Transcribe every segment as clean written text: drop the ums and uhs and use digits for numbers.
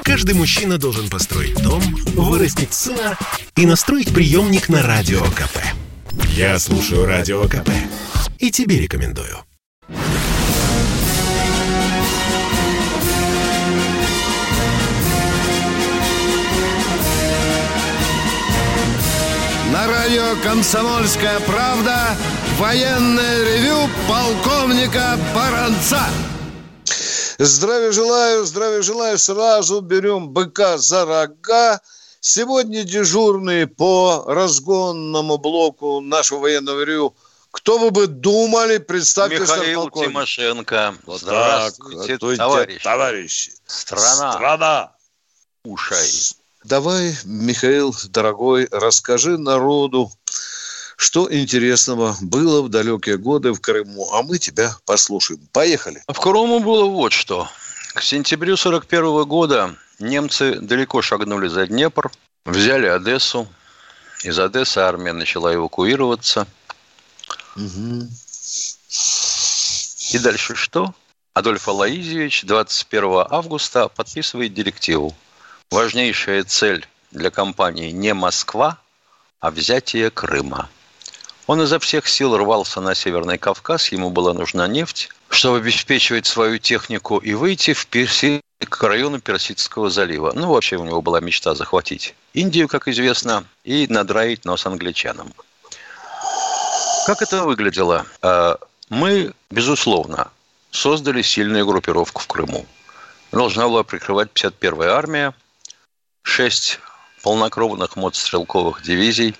Каждый мужчина должен построить дом, вырастить сына и настроить приемник на Радио КП. Я слушаю Радио КП и тебе рекомендую. На радио «Комсомольская правда» военное ревю полковника Баранца. Здравия желаю, сразу берем быка за рога. Сегодня дежурный по разгонному блоку нашего военного ревю. Кто вы бы думали, представьте, Михаил Тимошенко. Вот здравствуйте, товарищи. Страна. Ушай. Давай, Михаил, дорогой, расскажи народу, что интересного было в далекие годы в Крыму, а мы тебя послушаем. Поехали. В Крыму было вот что. К сентябрю 1941 года немцы далеко шагнули за Днепр, взяли Одессу. Из Одессы армия начала эвакуироваться. Угу. И дальше что? Адольф Алоизьевич 21 августа подписывает директиву. Важнейшая цель для кампании не Москва, а взятие Крыма. Он изо всех сил рвался на Северный Кавказ, ему была нужна нефть, чтобы обеспечивать свою технику и выйти к району Персидского залива. Вообще у него была мечта захватить Индию, как известно, и надраить нос англичанам. Как это выглядело? Мы, безусловно, создали сильную группировку в Крыму. Должна была прикрывать 51-я армия, 6 полнокровных мотострелковых дивизий,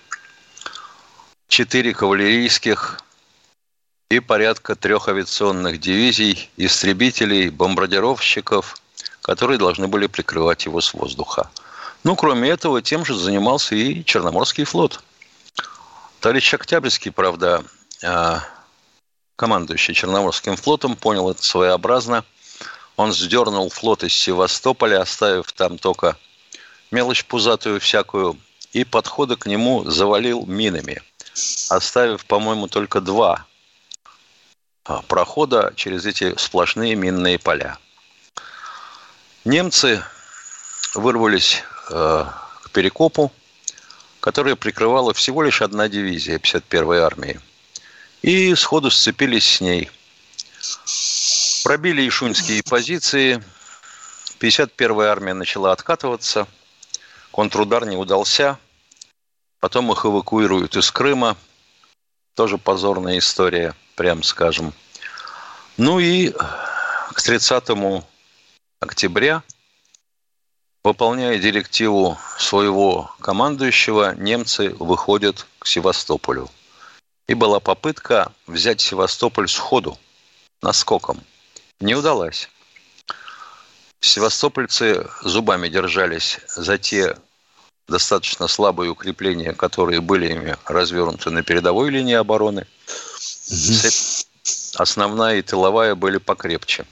4 кавалерийских и порядка 3 авиационных дивизий, истребителей, бомбардировщиков, которые должны были прикрывать его с воздуха. Кроме этого, тем же занимался и Черноморский флот. Товарищ Октябрьский, правда, командующий Черноморским флотом, понял это своеобразно. Он сдернул флот из Севастополя, оставив там только мелочь пузатую всякую, и подходы к нему завалил минами, оставив, по-моему, только 2 прохода через эти сплошные минные поля. Немцы вырвались к Перекопу, которая прикрывала всего лишь 1 дивизия 51-й армии, и сходу сцепились с ней. Пробили ишуньские позиции, 51-я армия начала откатываться, контрудар не удался, потом их эвакуируют из Крыма, тоже позорная история, прям скажем. И к 30 октября, выполняя директиву своего командующего, немцы выходят к Севастополю. И была попытка взять Севастополь сходу, наскоком. Не удалось. Севастопольцы зубами держались за те достаточно слабые укрепления, которые были ими развернуты на передовой линии обороны. Основная и тыловая были покрепче.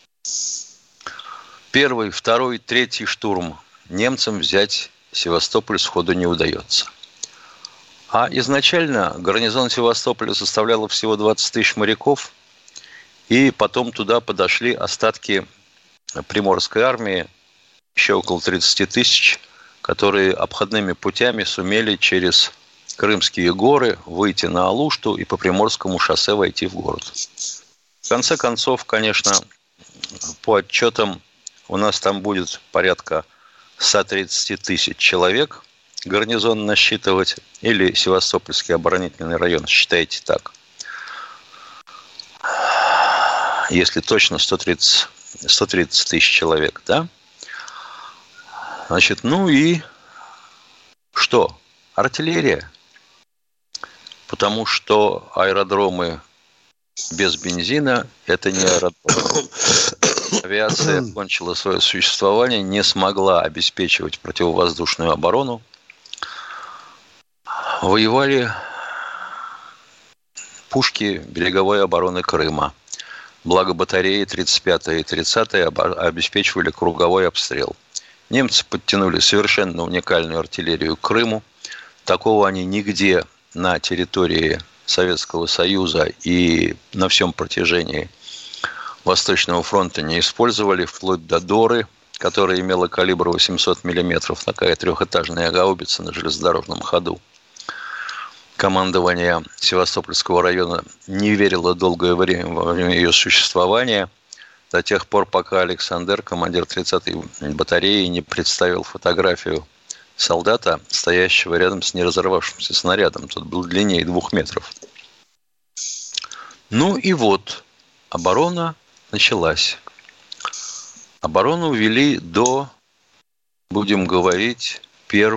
1-й, 2-й, 3-й штурм немцам взять Севастополь сходу не удается. А изначально гарнизон Севастополя составляло всего 20 тысяч моряков, и потом туда подошли остатки Приморской армии, еще около 30 тысяч, которые обходными путями сумели через Крымские горы выйти на Алушту и по Приморскому шоссе войти в город. В конце концов, конечно, по отчетам у нас там будет порядка 130 тысяч человек гарнизон насчитывать, или Севастопольский оборонительный район, считайте так. Если точно 130 тысяч человек, да? Значит, и что? Артиллерия. Потому что аэродромы без бензина – это не аэродромы. Авиация кончила свое существование, не смогла обеспечивать противовоздушную оборону. Воевали пушки береговой обороны Крыма. Благо батареи 35-я и 30-я обеспечивали круговой обстрел. Немцы подтянули совершенно уникальную артиллерию к Крыму. Такого они нигде на территории Советского Союза и на всем протяжении Восточного фронта не использовали, вплоть до Доры, которая имела калибр 800 миллиметров, такая трехэтажная гаубица на железнодорожном ходу. Командование Севастопольского района не верило долгое время во время ее существования, до тех пор, пока Александр, командир 30-й батареи, не представил фотографию солдата, стоящего рядом с неразорвавшимся снарядом. Тот был длиннее 2 метров. Ну и вот, оборона началась. Оборону вели до, будем говорить, 1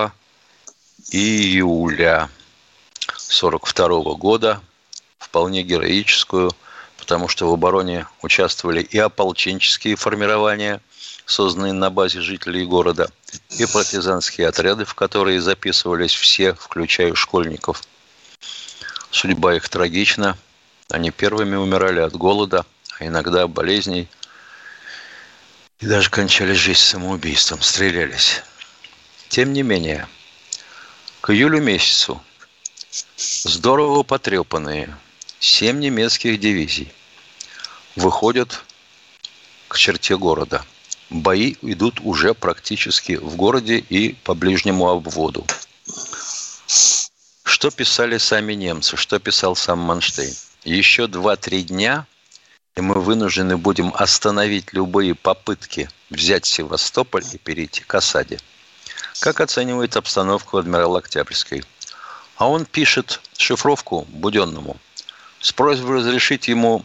июля 1942 года, вполне героическую, потому что в обороне участвовали и ополченческие формирования, созданные на базе жителей города, и партизанские отряды, в которые записывались все, включая школьников. Судьба их трагична. Они первыми умирали от голода, а иногда от болезней. И даже кончали жизнь самоубийством, стрелялись. Тем не менее, к июлю месяцу здорово потрепанные 7 немецких дивизий выходят к черте города. Бои идут уже практически в городе и по ближнему обводу. Что писали сами немцы, что писал сам Манштейн? Еще 2-3 дня, и мы вынуждены будем остановить любые попытки взять Севастополь и перейти к осаде. Как оценивает обстановку адмирал Октябрьский? А он пишет шифровку Буденному с просьбой разрешить ему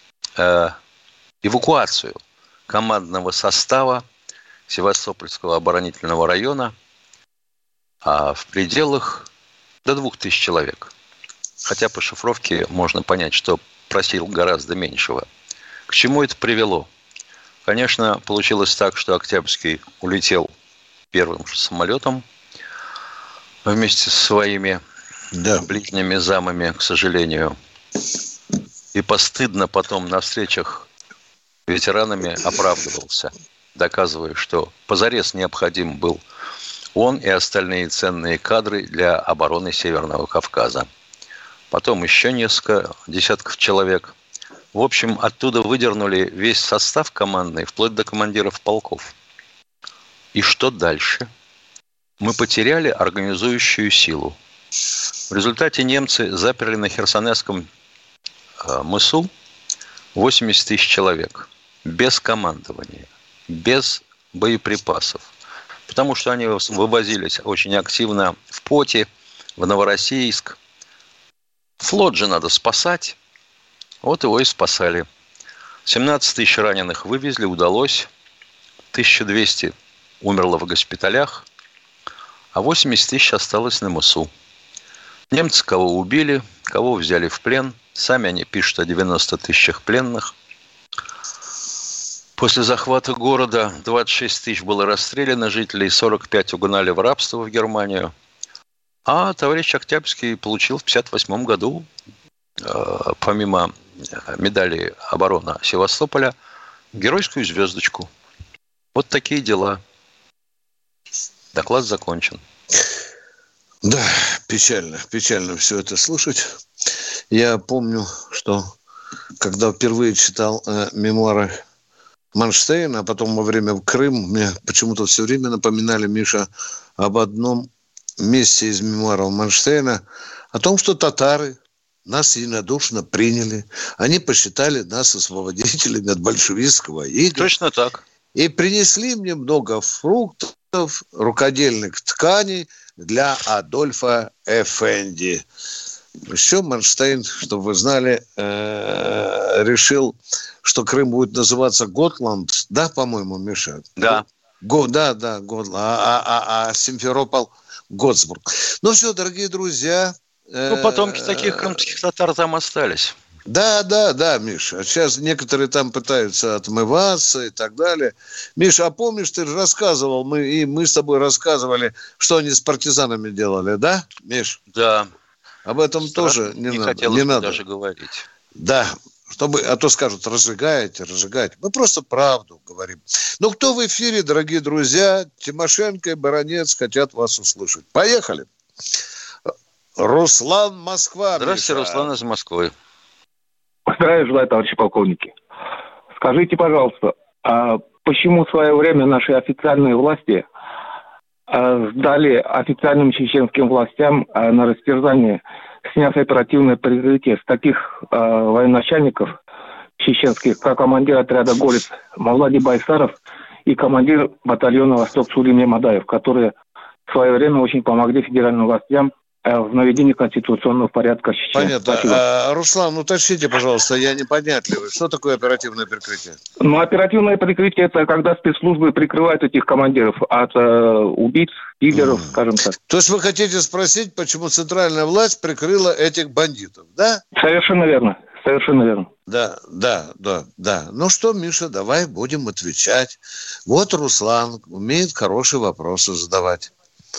эвакуацию командного состава Севастопольского оборонительного района в пределах до 2000 человек. Хотя по шифровке можно понять, что просил гораздо меньшего. К чему это привело? Конечно, получилось так, что Октябрьский улетел первым же самолетом вместе со своими ближними замами, к сожалению. И постыдно потом на встречах с ветеранами оправдывался, доказывая, что позарез необходим был он и остальные ценные кадры для обороны Северного Кавказа. Потом еще несколько десятков человек. В общем, оттуда выдернули весь состав командный, вплоть до командиров полков. И что дальше? Мы потеряли организующую силу. В результате немцы заперли на Херсонесском мысу 80 тысяч человек. Без командования, без боеприпасов. Потому что они вывозились очень активно в Поти, в Новороссийск. Флот же надо спасать. Вот его и спасали. 17 тысяч раненых вывезли, удалось. 1200 умерло в госпиталях, а 80 тысяч осталось на мысу. Немцы кого убили, кого взяли в плен. Сами они пишут о 90 тысячах пленных. После захвата города 26 тысяч было расстреляно жителей, 45 угнали в рабство в Германию. А товарищ Октябрьский получил в 1958 году, помимо медали обороны Севастополя, геройскую звездочку. Вот такие дела. Доклад закончен. Да, печально все это слушать. Я помню, что когда впервые читал мемуары Манштейна, а потом во время Крыма, мне почему-то все время напоминали, Миша, об одном месте из мемуаров Манштейна, о том, что татары нас единодушно приняли. Они посчитали нас освободителями от большевистского ига. Точно так. И принесли мне много фруктов, рукодельных тканей для Адольфа Эфенди. Еще Манштейн, чтобы вы знали, решил, что Крым будет называться Готланд. Да, по-моему, Миша? Да. Да, Готланд. А Симферополь Готсбург. Ну все, дорогие друзья. Потомки таких крымских татар там остались. Да, Миша. Сейчас некоторые там пытаются отмываться и так далее. Миша, а помнишь, ты же рассказывал, мы с тобой рассказывали, что они с партизанами делали, да, Миш? Да. Об этом Страшно, тоже не хотелось надо. даже говорить. Да, а то скажут, разжигаете. Мы просто правду говорим. Ну, кто в эфире, дорогие друзья? Тимошенко и Баранец хотят вас услышать. Поехали. Руслан, Москва. Здравствуйте, Миша. Руслан из Москвы. Здравия желаю, товарищи полковники. Скажите, пожалуйста, а почему в свое время наши официальные власти сдали официальным чеченским властям на растерзание, сняв оперативное прикрытие с таких военачальников чеченских, как командир отряда «Горец» Мавлади Байсаров и командир батальона «Восток» Сулим Мамадаев, которые в свое время очень помогли федеральным властям в наведении конституционного порядка в Чечне. Понятно. Руслан, уточните, пожалуйста, я непонятливый. Что такое оперативное прикрытие? Оперативное прикрытие – это когда спецслужбы прикрывают этих командиров от убийц, киллеров, скажем так. То есть вы хотите спросить, почему центральная власть прикрыла этих бандитов, да? Совершенно верно. Совершенно верно. Да. Ну что, Миша, давай будем отвечать. Вот Руслан умеет хорошие вопросы задавать.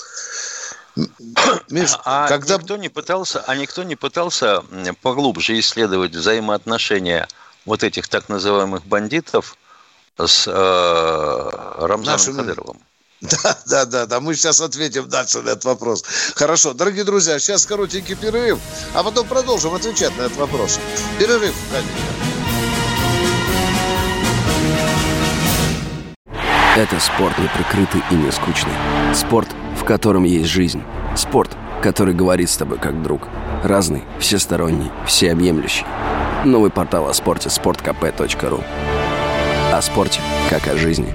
Миш, никто не пытался поглубже исследовать взаимоотношения вот этих так называемых бандитов с Рамзаном Кадыровым? Да, мы сейчас ответим дальше на этот вопрос. Хорошо, дорогие друзья, сейчас коротенький перерыв, а потом продолжим отвечать на этот вопрос. Перерыв, Это спорт неприкрытый и не скучный. Спорт, в котором есть жизнь. Спорт, который говорит с тобой как друг. Разный, всесторонний, всеобъемлющий. Новый портал о спорте – sportkp.ru. О спорте, как о жизни.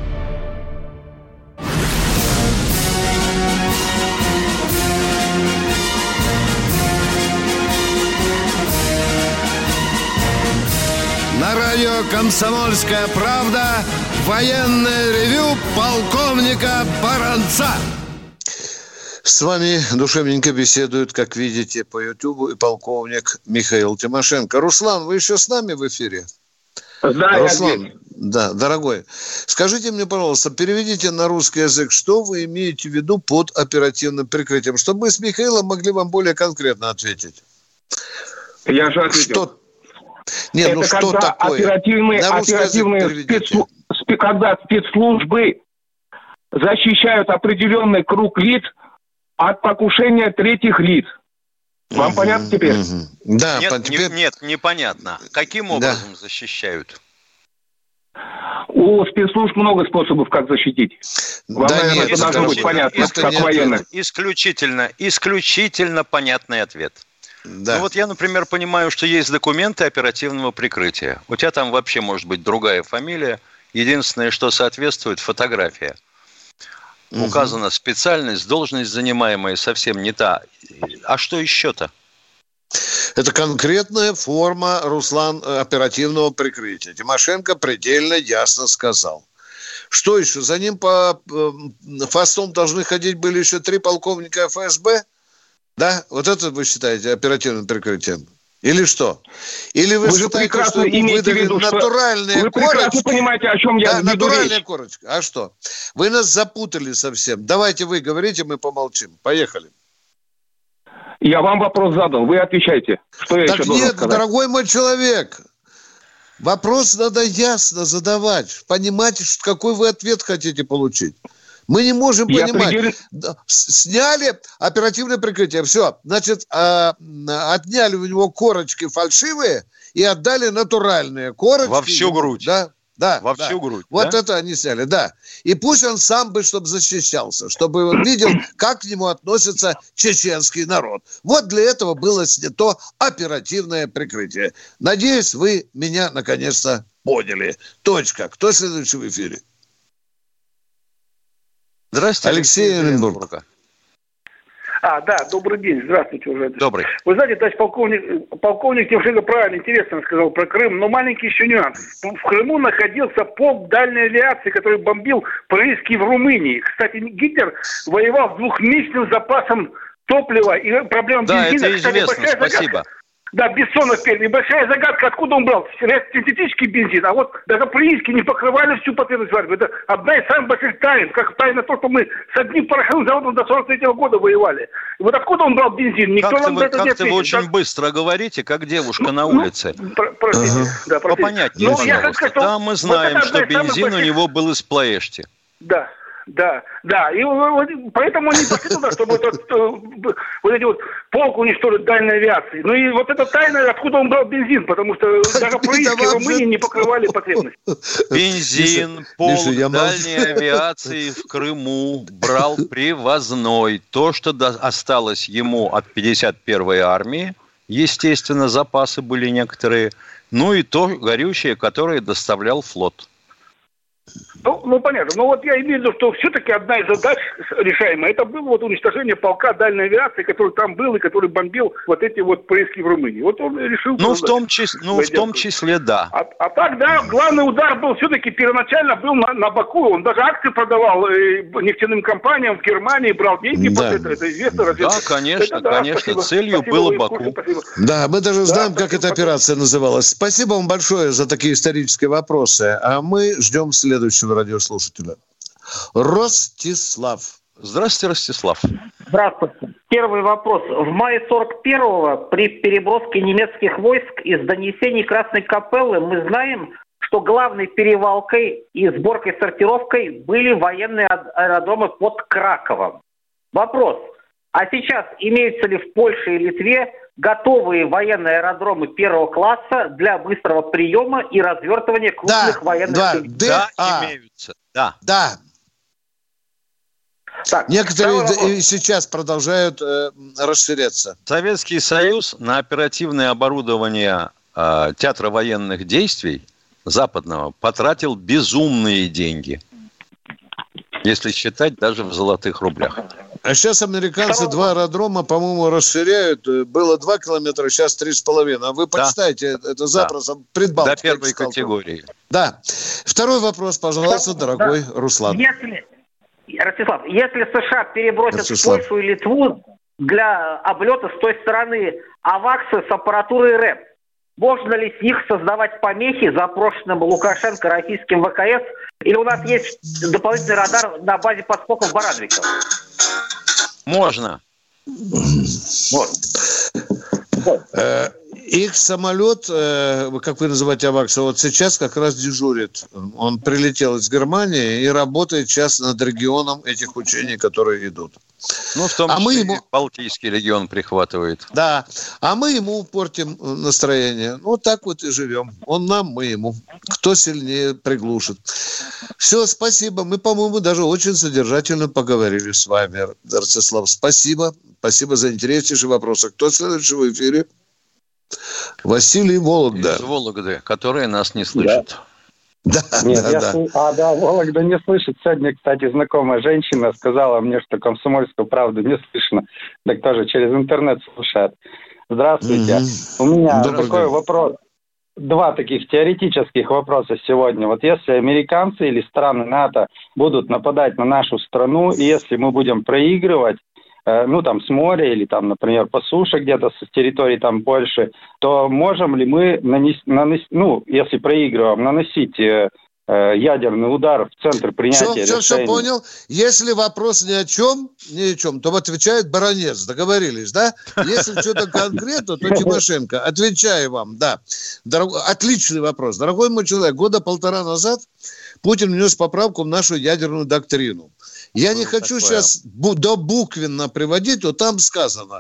На радио «Комсомольская правда» военное ревю полковника Баранца. С вами душевненько беседует, как видите, по Ютубу и полковник Михаил Тимошенко. Руслан, вы еще с нами в эфире? Да, Руслан, да, дорогой, скажите мне, пожалуйста, переведите на русский язык, что вы имеете в виду под оперативным прикрытием, чтобы мы с Михаилом могли вам более конкретно ответить. Я же ответил. Нет, это что когда такое? Когда спецслужбы защищают определенный круг лиц от покушения третьих лиц. Вам понятно теперь? Да, нет, непонятно. Каким образом защищают? У спецслужб много способов, как защитить. Вам, наверное, это должно быть понятно, как военных. Исключительно понятный ответ. Да. Ну вот я, например, понимаю, что есть документы оперативного прикрытия. У тебя там вообще может быть другая фамилия. Единственное, что соответствует, фотография. Указана специальность, должность занимаемая совсем не та. А что еще-то? Это конкретная форма, Руслан, оперативного прикрытия. Тимошенко предельно ясно сказал. Что еще? За ним по фастом должны ходить были еще 3 полковника ФСБ? Да? Вот это вы считаете оперативным прикрытием? Или что? Или вы считаете, что ему выдали натуральные корочки? Вы прекрасно понимаете, о чем я веду натуральная речь. корочка. А что? Вы нас запутали совсем. Давайте вы говорите, мы помолчим. Поехали. Я вам вопрос задал, вы отвечайте. Что я еще должен сказать? Дорогой мой человек, вопрос надо ясно задавать. Понимаете, какой вы ответ хотите получить. Мы не можем понимать. Сняли оперативное прикрытие. Все. Значит, отняли у него корочки фальшивые и отдали натуральные корочки. Во всю грудь. Да. Во всю грудь. Вот это они сняли, да. И пусть он сам бы, чтобы защищался, чтобы он видел, как к нему относится чеченский народ. Вот для этого было снято оперативное прикрытие. Надеюсь, вы меня наконец-то поняли. Точка. Кто следующий в эфире? Здравствуйте, Алексей Оренбург. Да, добрый день, здравствуйте уже. Добрый. Вы знаете, товарищ полковник Тимошенко правильно, интересно сказал про Крым, но маленький еще нюанс. В Крыму находился полк дальней авиации, который бомбил поиски в Румынии. Кстати, Гитлер воевал с 2-месячным запасом топлива и проблема бензина. Да, это известно, спасибо. Да, Бессонов первый. Большая загадка, откуда он брал синтетический бензин, а вот даже прииски не покрывали всю потребность варки. Это одна из самых больших тайн, как тайна то, что мы с одним пороховым заводом до 43-го года воевали. И вот откуда он брал бензин? Никто нам это не ответит. Как-то вы очень быстро говорите, как девушка на улице. Простите. Да, попонятнее, пожалуйста. Да, мы знаем, что бензин у него был из Плоешти. Да. Да. И вот поэтому они пошли туда, чтобы вот эти вот полк уничтожить дальней авиации. Ну и вот это тайна, откуда он брал бензин, потому что даже происки в Румынии не покрывали потребность. Бензин, полк дальней авиации в Крыму брал привозной. То, что осталось ему от 51-й армии, естественно, запасы были некоторые, ну и то горючее, которое доставлял флот. Ну, понятно. Но вот я имею в виду, что все-таки одна из задач решаемая, это было вот уничтожение полка дальней авиации, который там был и который бомбил вот эти вот поиски в Румынии. Вот он решил... в том числе, да. А так, да, главный удар был все-таки первоначально был на Баку. Он даже акции продавал нефтяным компаниям в Германии, брал деньги под это известно. Да, конечно, спасибо, целью было Баку. Спасибо. Да, мы даже знаем, как эта операция называлась. Спасибо вам большое за такие исторические вопросы. А мы ждем следующего радиослушателя. Ростислав. Здравствуйте, Ростислав. Здравствуйте. Первый вопрос. В мае 41-го при переброске немецких войск из донесений Красной Капеллы мы знаем, что главной перевалкой и сборкой-сортировкой были военные аэродромы под Краковом. Вопрос. А сейчас имеются ли в Польше и Литве готовые военные аэродромы первого класса для быстрого приема и развертывания крупных военных... имеются. Да. Так, некоторые и сейчас продолжают расширяться. Советский Союз на оперативное оборудование театра военных действий западного потратил безумные деньги, если считать даже в золотых рублях. А сейчас американцы 2 аэродрома, по-моему, расширяют. Было 2 километра, сейчас 3,5. А вы почитайте, это запросто. До первой категории. Да. Второй вопрос, пожалуйста, дорогой Руслан. Ростислав, если США перебросят в Польшу и Литву для облета с той стороны аваксы с аппаратурой РЭП, можно ли с них создавать помехи запрошенным Лукашенко российским ВКС? Или у нас есть дополнительный радар на базе подскоков Барадвика? Можно. Их самолет, как вы называете авакса, вот сейчас как раз дежурит. Он прилетел из Германии и работает сейчас над регионом этих учений, которые идут. В том числе Балтийский регион прихватывает. Да, а мы ему портим настроение. Так вот и живем. Он нам, мы ему. Кто сильнее приглушит. Все, спасибо. Мы, по-моему, даже очень содержательно поговорили с вами, Ростислав. Спасибо. Спасибо за интереснейшие вопросы. Кто следующий в эфире? Василий, Вологда. Из Вологды, которые нас не слышат. Да. Вологда не слышит. Сегодня, кстати, знакомая женщина сказала мне, что «Комсомольскую правду» не слышно. Так тоже через интернет слушает. Здравствуйте. У меня такой вопрос. 2 таких теоретических вопроса сегодня. Вот если американцы или страны НАТО будут нападать на нашу страну, и если мы будем проигрывать, с моря или например, по суше где-то с территории Польши, то можем ли мы если проигрываем, наносить ядерный удар в центр принятия решений? Все понял. Если вопрос ни о чем, то отвечает баронец. Договорились, да? Если что-то конкретно, то Тимошенко. Отвечаю вам, да. Отличный вопрос. Дорогой мой человек, 1.5 года назад Путин внес поправку в нашу ядерную доктрину. Я не хочу сейчас добуквенно приводить, но там сказано,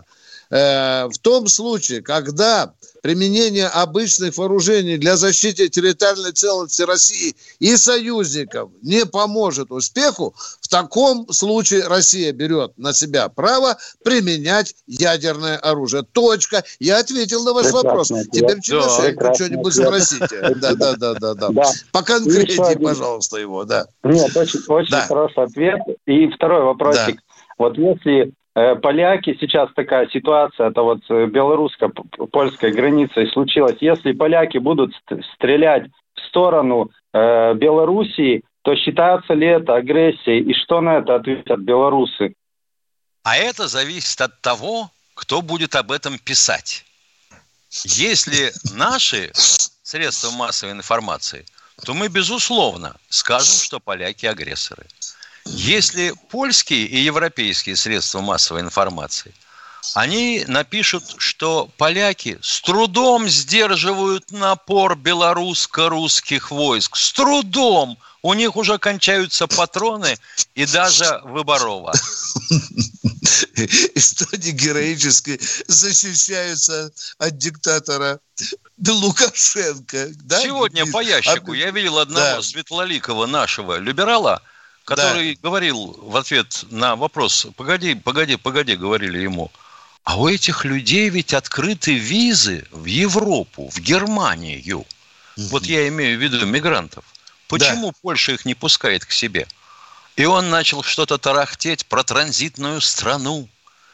в том случае, когда применение обычных вооружений для защиты территориальной целостности России и союзников не поможет успеху, в таком случае Россия берет на себя право применять ядерное оружие. Точка. Я ответил на ваш вопрос. Теперь Тимошенко что-нибудь спросите. Да. Поконкретнее, пожалуйста, его. Да. Нет, очень хороший ответ. И второй вопросик. Вот если поляки, сейчас такая ситуация, это вот белорусско-польской границей случилась, если поляки будут стрелять в сторону Белоруссии, то считается ли это агрессией, и что на это ответят белорусы? А это зависит от того, кто будет об этом писать. Если наши средства массовой информации, то мы, безусловно, скажем, что поляки агрессоры. Если польские и европейские средства массовой информации, они напишут, что поляки с трудом сдерживают напор белорусско-русских войск. С трудом! У них уже кончаются патроны и даже выборова. И что они героически защищаются от диктатора Лукашенко. Да? Сегодня по ящику я видел одного светлоликого нашего либерала, который говорил в ответ на вопрос: погоди, говорили ему, а у этих людей ведь открыты визы в Европу, в Германию. Вот я имею в виду мигрантов. Почему Польша их не пускает к себе? И он начал что-то тарахтеть про транзитную страну.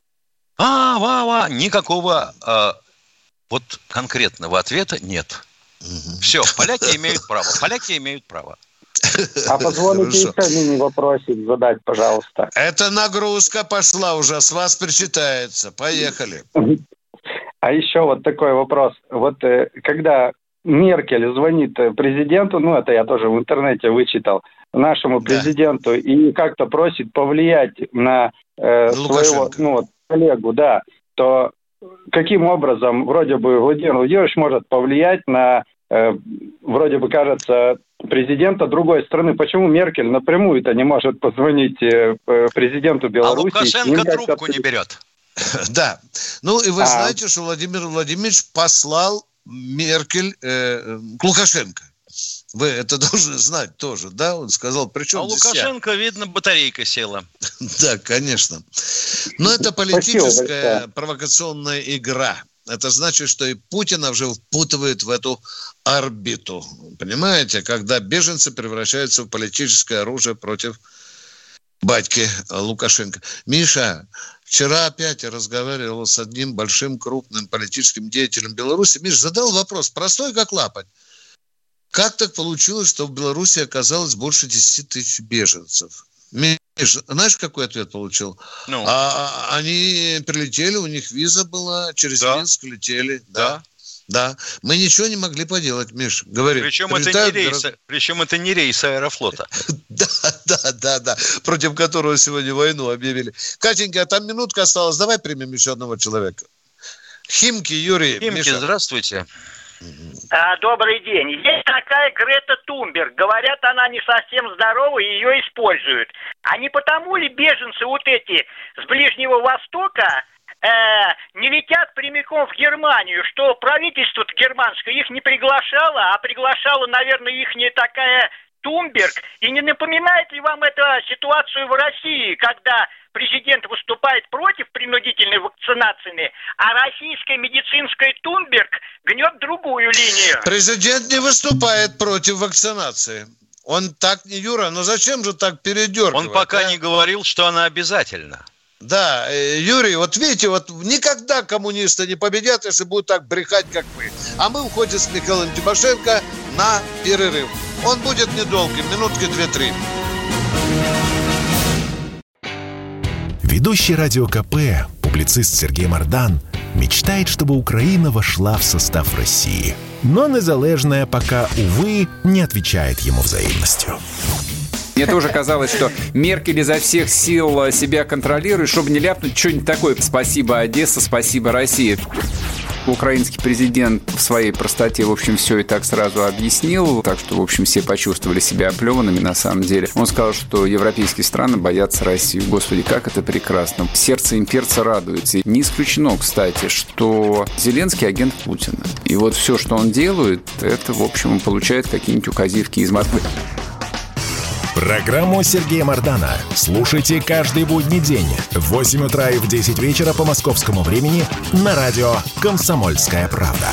Никакого вот конкретного ответа нет. Все, поляки имеют право. А позволите еще мини-вопросик задать, пожалуйста. Это нагрузка пошла уже, с вас причитается. Поехали. А еще вот такой вопрос. Вот когда Меркель звонит президенту, это я тоже в интернете вычитал, нашему президенту, и как-то просит повлиять на своего коллегу, то каким образом вроде бы Владимир Владимирович может повлиять на, вроде бы кажется, президента другой страны? Почему Меркель напрямую-то не может позвонить президенту Беларуси? А Лукашенко трубку не берет. Да. И вы знаете, что Владимир Владимирович послал Меркель к Лукашенко. Вы это должны знать тоже, да? Он сказал, причем здесь Лукашенко, видно, батарейка села. Да, конечно. Но это политическая провокационная игра. Это значит, что и Путина уже впутывает в эту орбиту. Понимаете? Когда беженцы превращаются в политическое оружие против батьки Лукашенко. Миша, вчера опять я разговаривал с одним большим крупным политическим деятелем Беларуси. Миш, задал вопрос, простой как лапоть. Как так получилось, что в Беларуси оказалось больше 10 тысяч беженцев? Миш, знаешь, какой ответ получил? Они прилетели, у них виза была, через Минск летели. Да. Мы ничего не могли поделать, Миш. Говорит, причем это не рейс Аэрофлота. Да. Против которого сегодня войну объявили. Катенька, там минутка осталась. Давай примем еще одного человека. Химки, Юрий. Миша, здравствуйте. Добрый день. Есть такая Грета Тунберг. Говорят, она не совсем здорова, и ее используют. А не потому ли беженцы вот эти с Ближнего Востока не летят прямиком в Германию, что правительство германское их не приглашало, а приглашала, наверное, их не такая Тунберг. И не напоминает ли вам эта ситуацию в России, когда президент выступает против принудительной вакцинации, а российская медицинская Тунберг гнет другую линию? Президент не выступает против вакцинации. Он так не, Юра, зачем же так передергивать? Он пока не говорил, что она обязательна. Да, Юрий, вот видите, никогда коммунисты не победят, если будут так брехать, как вы. А мы уходим с Михаилом Тимошенко на перерыв. Он будет недолгим, минутки 2-3. Ведущий Радио КП, публицист Сергей Мардан, мечтает, чтобы Украина вошла в состав России. Но незалежная пока, увы, не отвечает ему взаимностью. Мне тоже казалось, что Меркель изо всех сил себя контролирует, чтобы не ляпнуть что-нибудь такое. Спасибо, Одесса, спасибо, Россия. Украинский президент в своей простоте, в общем, все и так сразу объяснил, так что, в общем, все почувствовали себя оплеванными на самом деле. Он сказал, что европейские страны боятся Россию. Господи, как это прекрасно. Сердце имперца радуется. И не исключено, кстати, что Зеленский агент Путина. И вот все, что он делает, это, в общем, он получает какие-нибудь указивки из Москвы. Программу Сергея Мардана слушайте каждый будний день в 8 утра и в 10 вечера по московскому времени на радио «Комсомольская правда».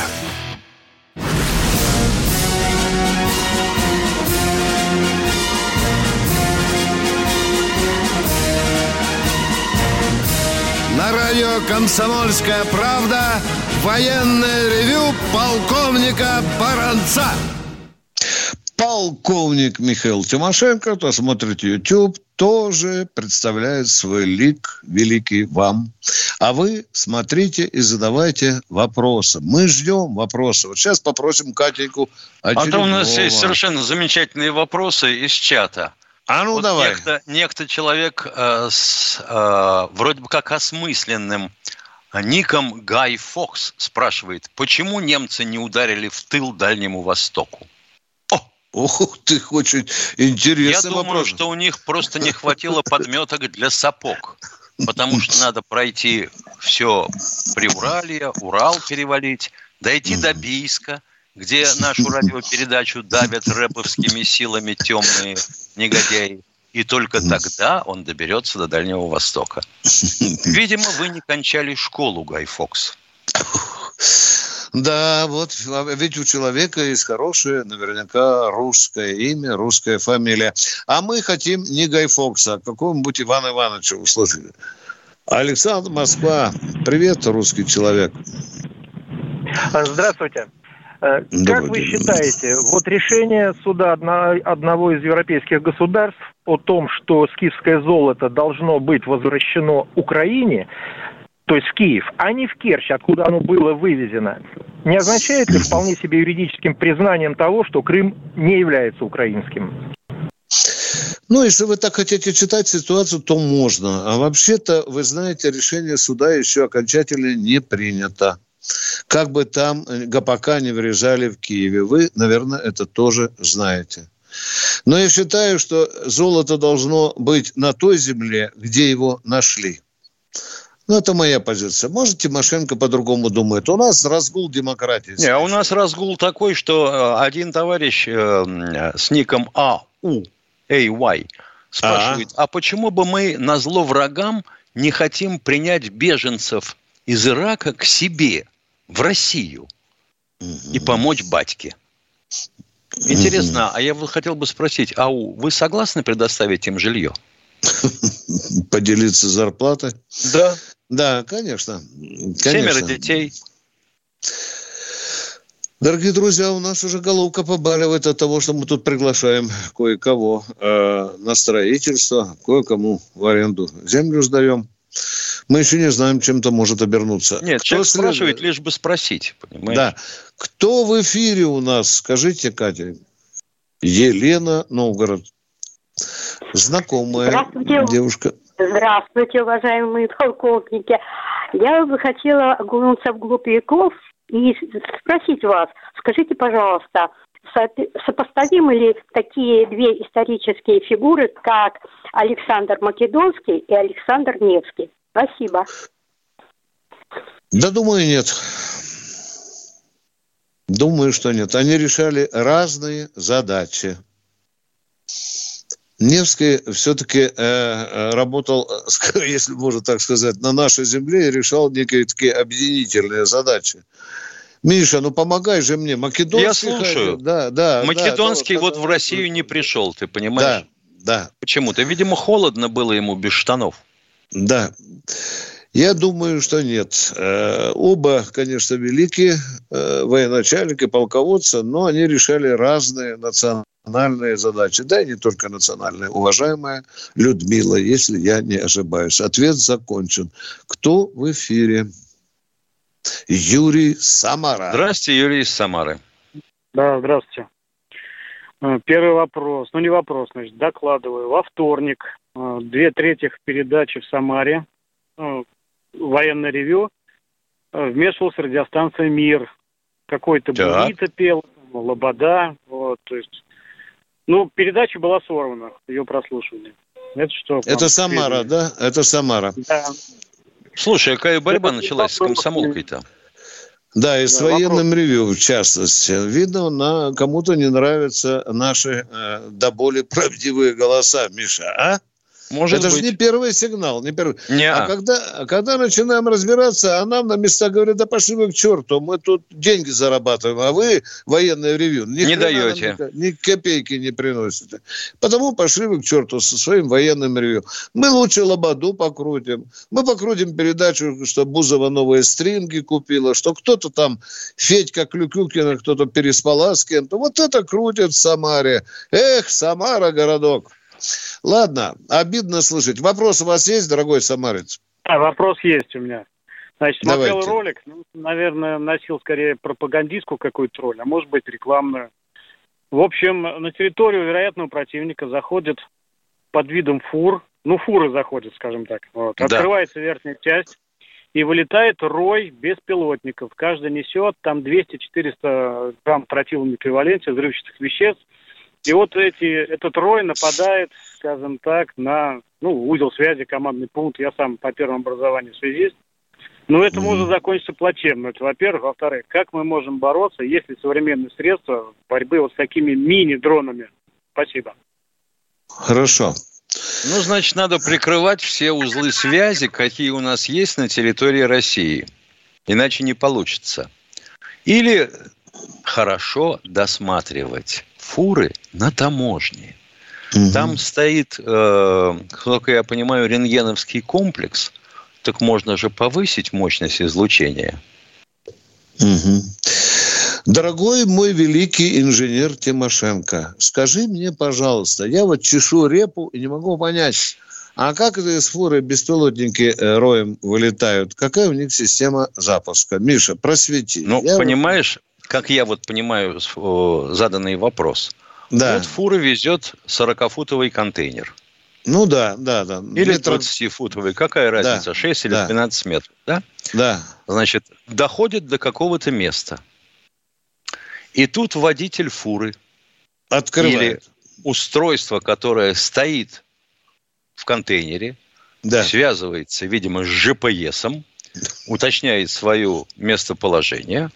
На радио «Комсомольская правда» военное ревю полковника Баранца. Полковник Михаил Тимошенко, кто смотрит YouTube, тоже представляет свой лик великий вам. А вы смотрите и задавайте вопросы. Мы ждем вопросы. Вот сейчас попросим Катеньку очередного. А то у нас есть совершенно замечательные вопросы из чата. Давай. Некто человек с вроде бы как осмысленным ником Гай Фокс спрашивает, почему немцы не ударили в тыл Дальнему Востоку? Ох, ты, очень интересный вопрос. Я думаю, что у них просто не хватило подметок для сапог. Потому что надо пройти все Приуралье, Урал перевалить, дойти до Бийска, где нашу радиопередачу давят рэповскими силами темные негодяи. И только тогда он доберется до Дальнего Востока. Видимо, вы не кончали школу, Гай Фокс. Да, вот, ведь у человека есть хорошее, наверняка, русское имя, русская фамилия. А мы хотим не Гай Фокса, а какого-нибудь Ивана Ивановича услышали. Александр, Москва. Привет, русский человек. Здравствуйте. Как вы считаете, вот решение суда одного из европейских государств о том, что скифское золото должно быть возвращено Украине, то есть в Киев, а не в Керчь, откуда оно было вывезено, не означает ли вполне себе юридическим признанием того, что Крым не является украинским? Ну, если вы так хотите читать ситуацию, то можно. А вообще-то, вы знаете, решение суда еще окончательно не принято. Как бы там ГПК не врезали в Киеве. Вы, наверное, это тоже знаете. Но я считаю, что золото должно быть на той земле, где его нашли. Ну, это моя позиция. Может, Тимошенко по-другому думает. У нас разгул демократии. Не, у нас разгул такой, что один товарищ с ником AY спрашивает, а почему бы мы назло врагам не хотим принять беженцев из Ирака к себе, в Россию, и помочь батьке? Интересно, а я хотел бы спросить, вы согласны предоставить им жилье? Поделиться зарплатой? Да. Да, конечно. 7 детей. Дорогие друзья, у нас уже головка побаливает от того, что мы тут приглашаем кое-кого на строительство, кое-кому в аренду землю сдаем. Мы еще не знаем, чем это может обернуться. Нет, человек спрашивает, лишь бы спросить, понимаешь? Да. Кто в эфире у нас? Скажите, Катя. Елена, Новгород. Знакомая девушка. Здравствуйте, уважаемые полковники. Я бы хотела окунуться вглубь веков и спросить вас, скажите, пожалуйста, сопоставимы ли такие две исторические фигуры, как Александр Македонский и Александр Невский? Спасибо. Да, думаю, нет. Думаю, что нет. Они решали разные задачи. Невский все-таки работал, если можно так сказать, на нашей земле и решал некие такие объединительные задачи. Миша, ну помогай же мне. Македонский. Я слушаю. Да. Македонский в Россию не пришел, ты понимаешь? Да. Почему-то, видимо, холодно было ему без штанов. Да. Я думаю, что нет. Оба, конечно, великие военачальники, полководцы, но они решали разные национальные задачи. Да, и не только национальные. Уважаемая Людмила, если я не ошибаюсь. Ответ закончен. Кто в эфире? Юрий, Самара. Здравствуйте, Юрий из Самары. Да, здравствуйте. Первый вопрос. Не вопрос, значит, докладываю. Во вторник 2/3 передачи в Самаре, военное ревью, вмешивалась радиостанция «Мир». Какой-то Бурита пел, Лобода. Вот, то есть, передача была сорвана, ее прослушивали. Это что? Это Самара, да? Это Самара. Да. Слушай, какая борьба началась с комсомолкой-то? Да, и с военным ревью, в частности. Видно, кому-то не нравятся наши до боли правдивые голоса, Миша, а? Может это быть. же не первый сигнал. Не первый. Не-а. А когда начинаем разбираться, а нам на местах говорят, да пошли вы к черту, мы тут деньги зарабатываем, а вы военное ревью не даете. Ни копейки не приносите. Потому пошли вы к черту со своим военным ревью. Мы лучше Лободу покрутим. Мы покрутим передачу, что Бузова новые стринги купила, что кто-то там, Федька Клюкюкина, кто-то переспала с кем-то. Вот это крутит в Самаре. Эх, Самара, городок. Ладно, обидно слышать. Вопрос у вас есть, дорогой самарец? Да, вопрос есть у меня. Значит, смотрел Давайте. ролик, наверное, носил скорее пропагандистскую какую-то роль, а может быть рекламную. В общем, на территорию вероятного противника заходит под видом фур, фуры заходят, скажем так. Вот. Да. Открывается верхняя часть, и вылетает рой беспилотников. Каждый несет там 200-400 грамм тротиловом эквиваленте взрывчатых веществ. И вот этот рой нападает, скажем так, на узел связи, командный пункт. Я сам по первому образованию связист. Но это может закончиться плачевно. Это, во-первых. Во-вторых, как мы можем бороться, если современные средства борьбы вот с такими мини-дронами? Спасибо. Хорошо. Значит, надо прикрывать все узлы связи, какие у нас есть на территории России. Иначе не получится. Или хорошо досматривать фуры на таможне. Там стоит, сколько я понимаю, рентгеновский комплекс. Так можно же повысить мощность излучения. Дорогой мой великий инженер Тимошенко, скажи мне, пожалуйста, я вот чешу репу и не могу понять, а как это из фуры беспилотники роем вылетают? Какая у них система запуска? Миша, просвети. Понимаешь, как я вот понимаю заданный вопрос. Да. Вот фура везет 40-футовый контейнер. Да. Или 30-футовый. Какая разница, 6 или 12 метров, да? Да. Значит, доходит до какого-то места. И тут водитель фуры открывает. Или устройство, которое стоит в контейнере, связывается, видимо, с GPS-ом, уточняет свое местоположение,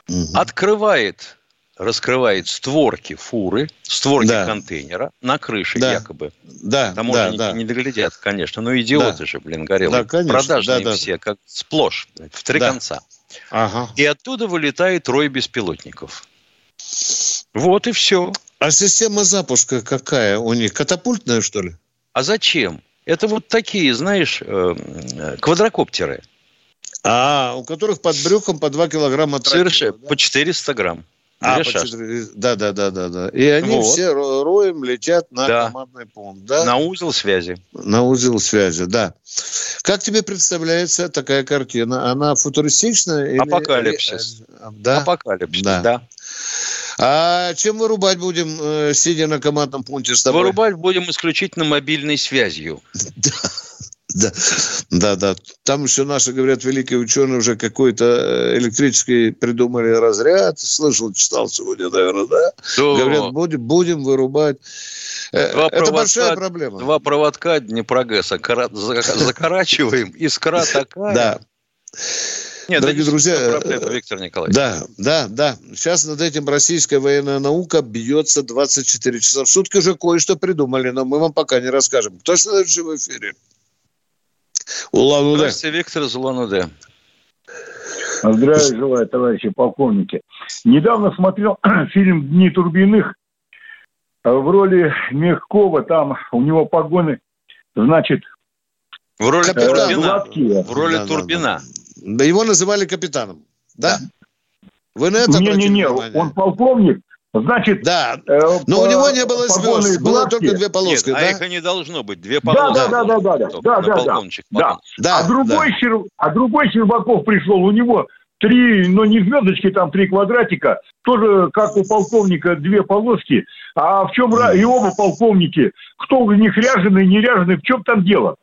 раскрывает створки фуры, контейнера на крыше якобы. Таможенники не доглядят, конечно. Но идиоты же, горелые. Продажные все, как сплошь, в три конца. И оттуда вылетает рой беспилотников. Вот и все. А система запуска какая у них? Катапультная, что ли? А зачем? Это вот такие, знаешь, квадрокоптеры. У которых под брюхом по 2 килограмма тротила. Совершенно. По 400 грамм. Да. И они все роем летят на командный пункт. Да? На узел связи. Да. Как тебе представляется такая картина? Она футуристичная? Апокалипсис. Апокалипсис, да. А чем вырубать будем, сидя на командном пункте с тобой? Вырубать будем исключительно мобильной связью. Да. Там еще наши, говорят, великие ученые уже какой-то электрический придумали разряд. Слышал, читал сегодня, наверное, да? Говорят, будем вырубать. Это большая проблема. 2 проводка Днепрогэса закорачиваем, искра такая. Да. Нет, дорогие друзья, Виктор Николаевич. Да. Сейчас над этим российская военная наука бьется 24 часа в сутки. Уже кое-что придумали, но мы вам пока не расскажем. Кто следующий в эфире? Улан-Удэ. Здравствуйте, Виктор из Улан-Удэ. Здравия желаю, товарищи полковники. Недавно смотрел фильм «Дни Турбиных». В роли Мягкова, там у него погоны, значит... В роли Турбина. В роли Турбина. Да, его называли капитаном. Да? Вы на это обратили внимание? Он полковник. Значит, но у него не было звезд, было только 2 полоски. Нет, да? их и не должно быть, 2 полоски. Да. А другой Щербаков пришел, у него 3, но не звездочки, там 3 квадратика, тоже как у полковника 2 полоски. А в чем и оба полковники, кто у них ряженый, не ряженый, в чем там дело?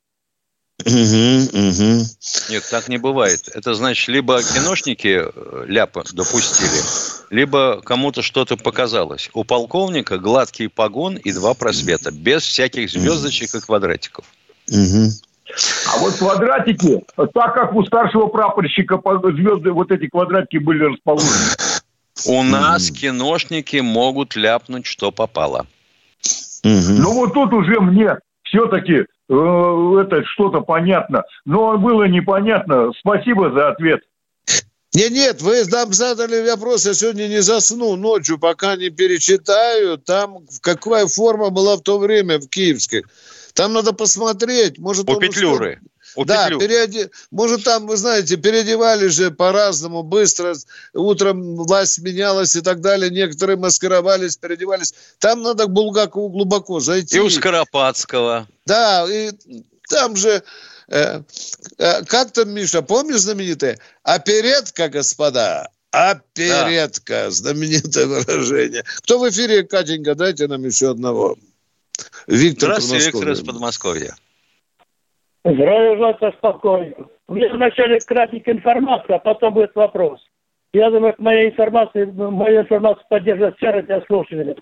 Нет, так не бывает. Это значит, либо киношники ляпы допустили, либо кому-то что-то показалось. У полковника гладкий погон и 2 просвета, без всяких звездочек и квадратиков. А вот квадратики, так как у старшего прапорщика звезды, вот эти квадратики были расположены. У нас киношники могут ляпнуть, что попало. Ну вот тут уже мне все-таки это что-то понятно. Но было непонятно. Спасибо за ответ. Нет, вы нам задали вопрос, я сегодня не засну ночью, пока не перечитаю, там какая форма была в то время в Киевской. Там надо посмотреть. Может, у Петлюры. Может, там, вы знаете, переодевали же по-разному, быстро, утром власть менялась и так далее, некоторые маскировались, переодевались. Там надо к Булгакову глубоко зайти. И у Скоропадского. Да, и там же, как там, Миша, помнишь знаменитое? Оперетка, господа, оперетка, знаменитое выражение. Кто в эфире, Катенька, дайте нам еще одного. Виктор. Здравствуйте, Виктор из Подмосковья. Здравия желаю, полковник. У меня вначале кратенькая информация, а потом будет вопрос. Я думаю, мою информацию поддержат все радиослушатели.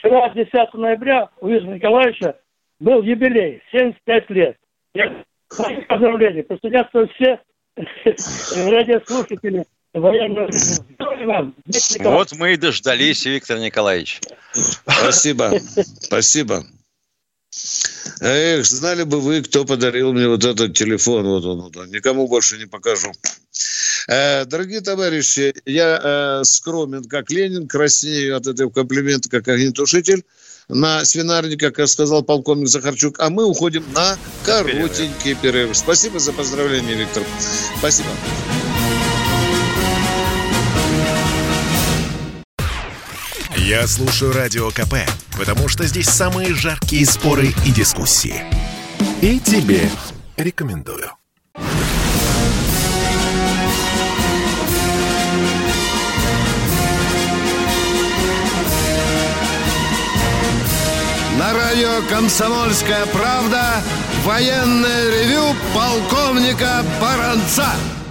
вчера, 10 ноября, у Виктора Николаевича был юбилей, 75 лет. Я поздравляю, присоединяются все радиослушатели военного. Вот мы и дождались, Виктор Николаевич. Спасибо, спасибо. Эх, знали бы вы, кто подарил мне вот этот телефон. Вот он. Никому больше не покажу. Дорогие товарищи, я скромен, как Ленин, краснею от этого комплимента, как огнетушитель на свинарнике, как сказал полковник Захарчук. А мы уходим на коротенький перерыв. Спасибо за поздравление, Виктор. Спасибо. Я слушаю Радио КП, потому что здесь самые жаркие споры и дискуссии. И тебе рекомендую. На радио «Комсомольская правда» военное ревю полковника Баранца.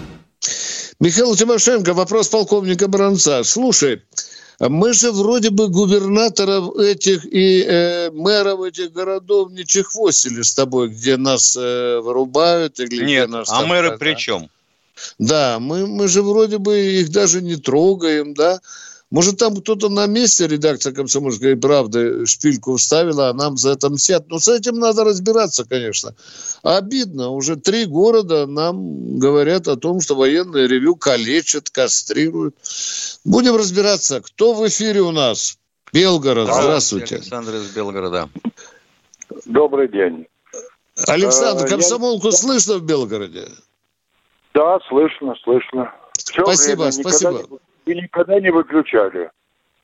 Михаил Тимошенко, вопрос полковника Баранца. Слушай, мы же вроде бы губернаторов этих и мэров этих городов не чехвостили с тобой, где нас вырубают. Или нет, где нас а мэры при чем? Да, мы же вроде бы их даже не трогаем, да. Может, там кто-то на месте, редакция «Комсомольской правды» шпильку вставила, а нам за это мстят. Но с этим надо разбираться, конечно. Обидно. Уже 3 города нам говорят о том, что военное ревю калечат, кастрируют. Будем разбираться. Кто в эфире у нас? Белгород. Здравствуйте. Александр из Белгорода. Добрый день. Александр, комсомолку слышно в Белгороде? Да, слышно. Все спасибо. Вы никогда не выключали.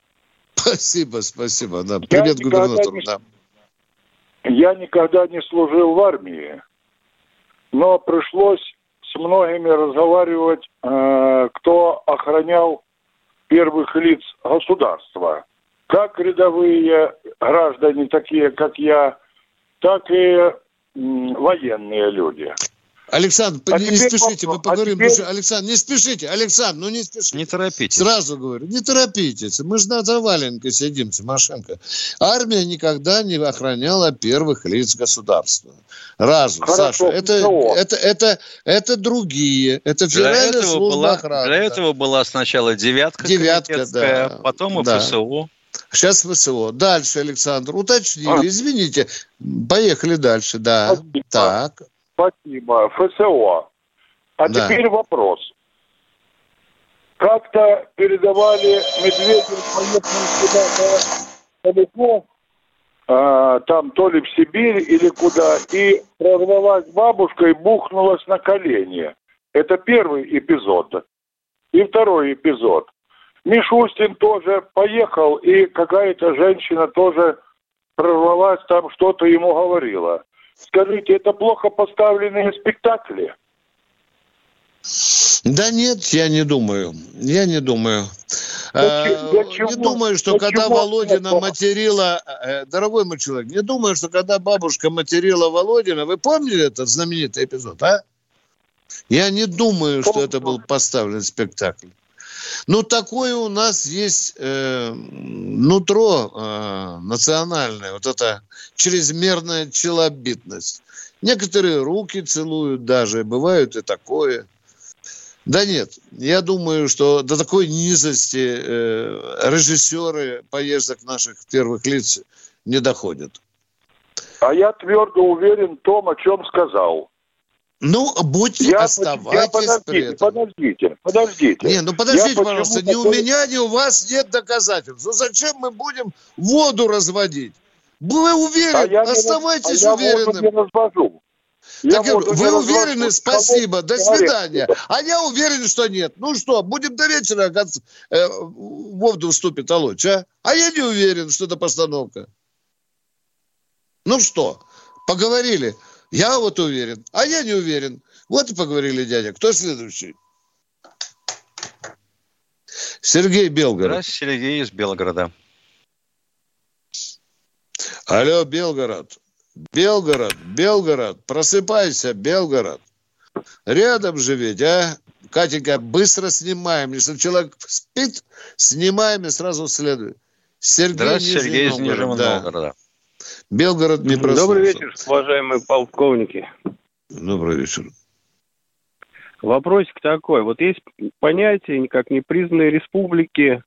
Спасибо. Да. Привет губернатору. Да. Я никогда не служил в армии, но пришлось с многими разговаривать, кто охранял первых лиц государства. Как рядовые граждане, такие как я, так и военные люди. Александр, не спешите, мы поговорим. Александр, не спешите. Александр, не спешите. Не торопитесь. Сразу говорю, не торопитесь. Мы же на заваленке сидим, Тимошенко. Армия никогда не охраняла первых лиц государства. Саша, это другие. Это федеральная служба охраны. Для этого была сначала девятка, да. Потом и ФСО. Сейчас ФСО. Дальше, Александр, уточнили. Извините. Поехали дальше, да. Спасибо. Так. Спасибо. ФСО. Да. Теперь вопрос. Как-то передавали Медведев, поехал куда-то далеко, там то ли в Сибирь или куда, и прорвалась бабушка и бухнулась на колени. Это первый эпизод. И второй эпизод. Мишустин тоже поехал, и какая-то женщина тоже прорвалась, там что-то ему говорила. Скажите, это плохо поставленные спектакли? Да нет, я не думаю. Не думаю, что когда Володина материла... Дорогой мой человек, не думаю, что когда бабушка материла Володина... Вы помнили этот знаменитый эпизод, а? Я не думаю, что это был поставлен спектакль. Ну, такое у нас есть нутро национальное, вот эта чрезмерная челобитность. Некоторые руки целуют даже, бывает и такое. Да нет, я думаю, что до такой низости режиссеры поездок наших первых лиц не доходят. А я твердо уверен в том, о чем сказал. Ну, оставайтесь при этом. Подождите. Не, подождите, пожалуйста, ни у меня, ни у вас нет доказательств. Ну, зачем мы будем воду разводить? Вы уверены? Оставайтесь уверенным. Я воду не развожу. Вы уверены? Спасибо, до свидания. А я уверен, что нет. Ну что, будем до вечера, как воду вступит Алоч, а? А я не уверен, что это постановка. Ну что, поговорили? Я вот уверен, а я не уверен. Вот и поговорили, дядя. Кто следующий? Сергей, Белгород. Здравствуйте, Сергей из Белгорода. Алло, Белгород. Белгород. Просыпайся, Белгород. Рядом же ведь, а? Катенька, быстро снимаем. Если человек спит, снимаем и сразу следует. Сергей из Нижнего Новгорода. Белгород не проснулся. Добрый вечер, уважаемые полковники. Добрый вечер. Вопросик такой. Вот есть понятие, как непризнанные республики.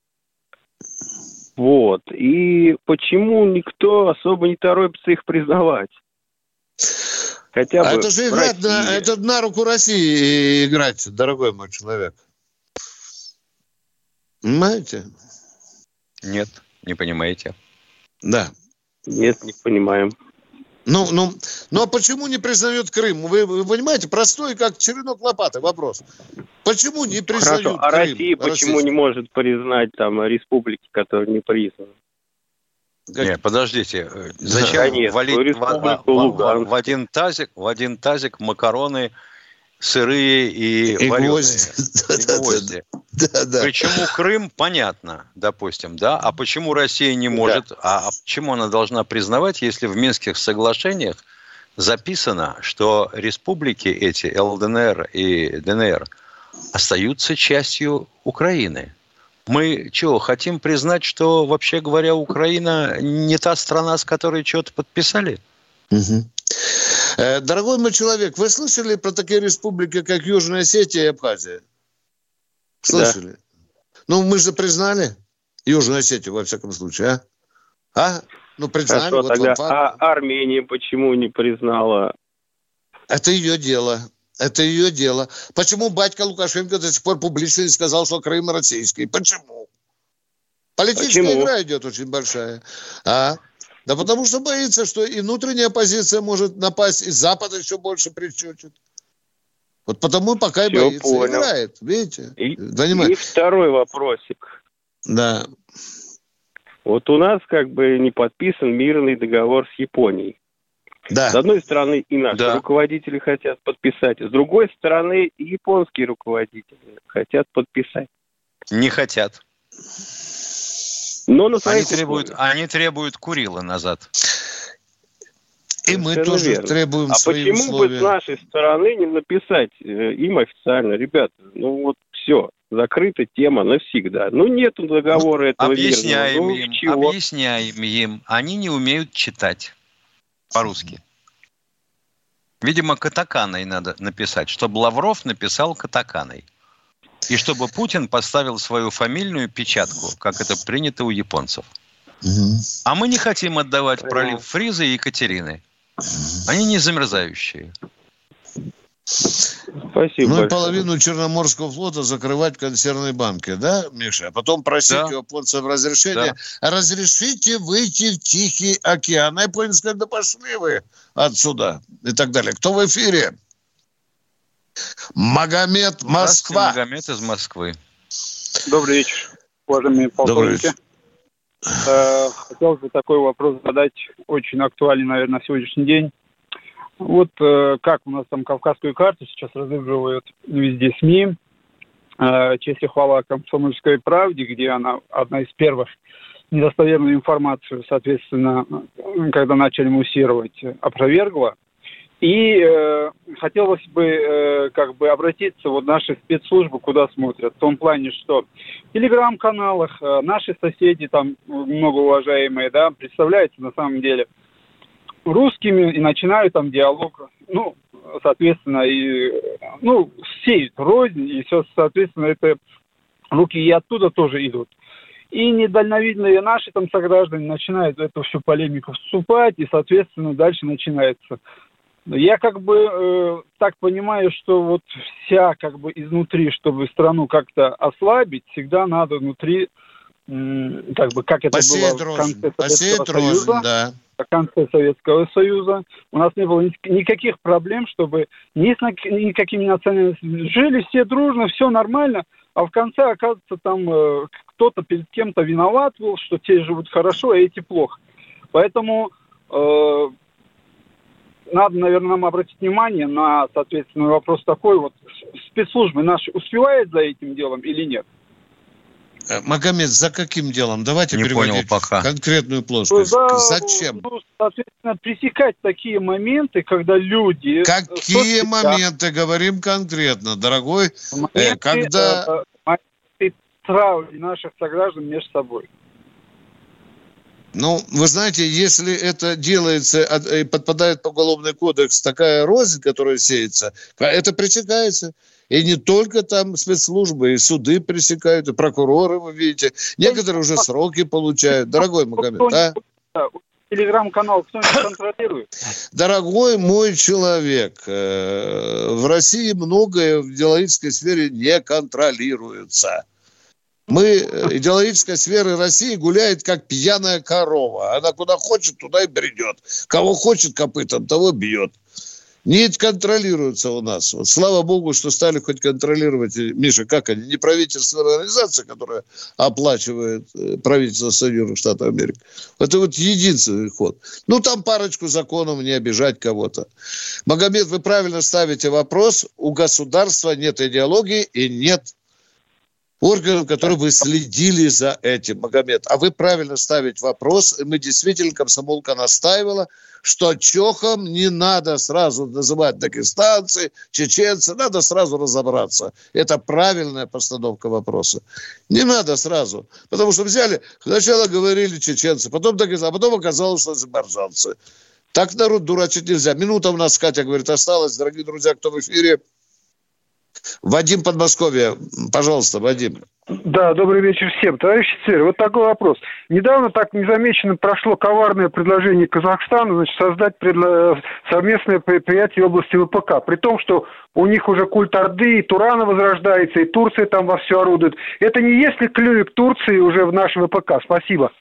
Вот. И почему никто особо не торопится их признавать? Хотя бы это же играть это на руку России играть, дорогой мой человек. Понимаете? Нет, не понимаете. Да. Нет, не понимаем. Ну, а почему не признает Крым? Вы понимаете, простой, как черенок лопаты вопрос. Почему не признают Крым? А Россия почему не может признать там республики, которые не признаны? Нет, подождите. Зачем валить в один тазик макароны сырые и вареные? Гвозди. Да. Почему Крым, понятно, допустим, да? А почему Россия не может? Да. А почему она должна признавать, если в Минских соглашениях записано, что республики эти, ЛДНР и ДНР, остаются частью Украины? Мы чего, хотим признать, что, вообще говоря, Украина не та страна, с которой что-то подписали? Угу. Дорогой мой человек, вы слышали про такие республики, как Южная Осетия и Абхазия? Слышали? Да. Ну, мы же признали Южную Осетию, во всяком случае, а? Ну, признали. Хорошо, вот тогда, а Армения почему не признала? Это ее дело. Это ее дело. Почему батька Лукашенко до сих пор публично не сказал, что Крым российский? Почему? Политическая игра идет очень большая. Да потому что боится, что и внутренняя оппозиция может напасть, и Запад еще больше причучит. Вот потому пока и боится. Понял. Играет, видите? И второй вопросик. Да. Вот у нас как бы не подписан мирный договор с Японией. Да. С одной стороны, и наши руководители хотят подписать. С другой стороны, и японские руководители хотят подписать. Не хотят. Но на они требуют Курила назад. И мы тоже требуем свои условия. А почему бы с нашей стороны не написать им официально? Ребята, ну вот все, закрыта тема навсегда. Ну нету договора этого мирного. Объясняем им. Они не умеют читать по-русски. Видимо, катаканой надо написать, чтобы Лавров написал катаканой. И чтобы Путин поставил свою фамильную печатку, как это принято у японцев. А мы не хотим отдавать пролив Фриза и Екатерины. Они не замерзающие. Спасибо. Ну и половину Черноморского флота закрывать в консервной банке, да, Миша? А потом просить у японцев разрешения. Разрешите выйти в Тихий океан. А японцы когда пошли вы отсюда? И так далее. Кто в эфире? Магомед, Москва. Магомед из Москвы. Добрый вечер, уважаемые полковники. Хотел бы такой вопрос задать, очень актуальный, наверное, на сегодняшний день. Вот как у нас там Кавказскую карту сейчас разыгрывают везде СМИ. Честь и хвала «Комсомольской правде», где она одна из первых недостоверную информацию, соответственно, когда начали муссировать, опровергла. И хотелось бы как бы обратиться, вот наши спецслужбы куда смотрят, в том плане, что в телеграм-каналах наши соседи, там многоуважаемые, да, представляются на самом деле русскими и начинают там диалог, ну, соответственно, и, ну, сеют рознь, и все, соответственно, это руки и оттуда тоже идут. И недальновидные наши там сограждане начинают в эту всю полемику вступать, и, соответственно, дальше начинается. Я как бы так понимаю, что вот вся как бы изнутри, чтобы страну как-то ослабить, всегда надо внутри, как бы, как это было в конце Советского Союза. Да. В конце Советского Союза у нас не было никаких проблем, чтобы ни с никакими национальностями жили все дружно, все нормально, а в конце, оказывается, там кто-то перед кем-то виноват был, что те живут хорошо, а эти плохо. Поэтому надо, наверное, нам обратить внимание на, соответственно, вопрос такой, вот спецслужбы наши успевают за этим делом или нет? Магомед, за каким делом? Давайте переводить в конкретную плоскость. Зачем? Ну, соответственно, пресекать такие моменты, когда люди... Какие моменты? Говорим конкретно, дорогой. Моменты, когда... травли наших сограждан между собой. Ну, вы знаете, если это делается и подпадает под уголовный кодекс такая рознь, которая сеется, это пресекается. И не только там спецслужбы, и суды пресекают, и прокуроры, вы видите. Некоторые уже сроки получают. Дорогой Магомед, а? Телеграм-канал кто-нибудь контролирует? Дорогой мой человек, в России многое в идеологической сфере не контролируется. Идеологическая сфера России гуляет, как пьяная корова. Она куда хочет, туда и бредет. Кого хочет копытом, того бьет. Не контролируется у нас. Вот, слава богу, что стали хоть контролировать. Миша, как они? Неправительственная организация, которая оплачивает правительство Соединенных Штатов Америки. Это вот единственный ход. Ну, там парочку законов, не обижать кого-то. Магомед, вы правильно ставите вопрос. У государства нет идеологии и нет органов, которые бы следили за этим, Магомед. А вы правильно ставите вопрос. Мы действительно, комсомолка настаивала, что чохом не надо сразу называть дагестанцы, чеченцы. Надо сразу разобраться. Это правильная постановка вопроса. Не надо сразу. Потому что взяли, сначала говорили чеченцы, потом дагестанцы, а потом оказалось, что азербайджанцы. Так народ дурачить нельзя. Минута у нас, Катя говорит, осталась. Дорогие друзья, кто в эфире? Вадим, Подмосковье. Пожалуйста, Вадим. Да, добрый вечер всем. Товарищ офицер, вот такой вопрос. Недавно так незамеченно прошло коварное предложение Казахстана, значит, создать совместное предприятие в области ВПК. При том, что у них уже культ Орды, и Турана возрождается, и Турция там вовсю орудует. Это не есть ли клювик Турции уже в наш ВПК? Спасибо.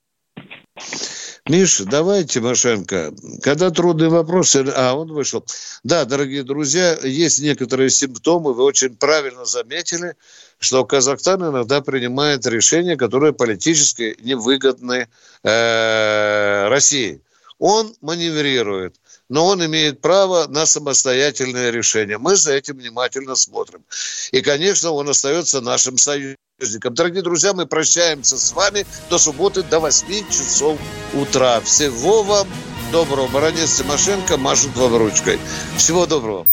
Миша, давай, Тимошенко, когда трудные вопросы... он вышел. Да, дорогие друзья, есть некоторые симптомы, вы очень правильно заметили, что Казахстан иногда принимает решения, которые политически невыгодны России. Он маневрирует, но он имеет право на самостоятельное решение. Мы за этим внимательно смотрим. И, конечно, он остается нашим союзником. Дорогие друзья, мы прощаемся с вами до субботы до 8 часов утра. Всего вам доброго. Баронец Тимошенко машет вам ручкой. Всего доброго.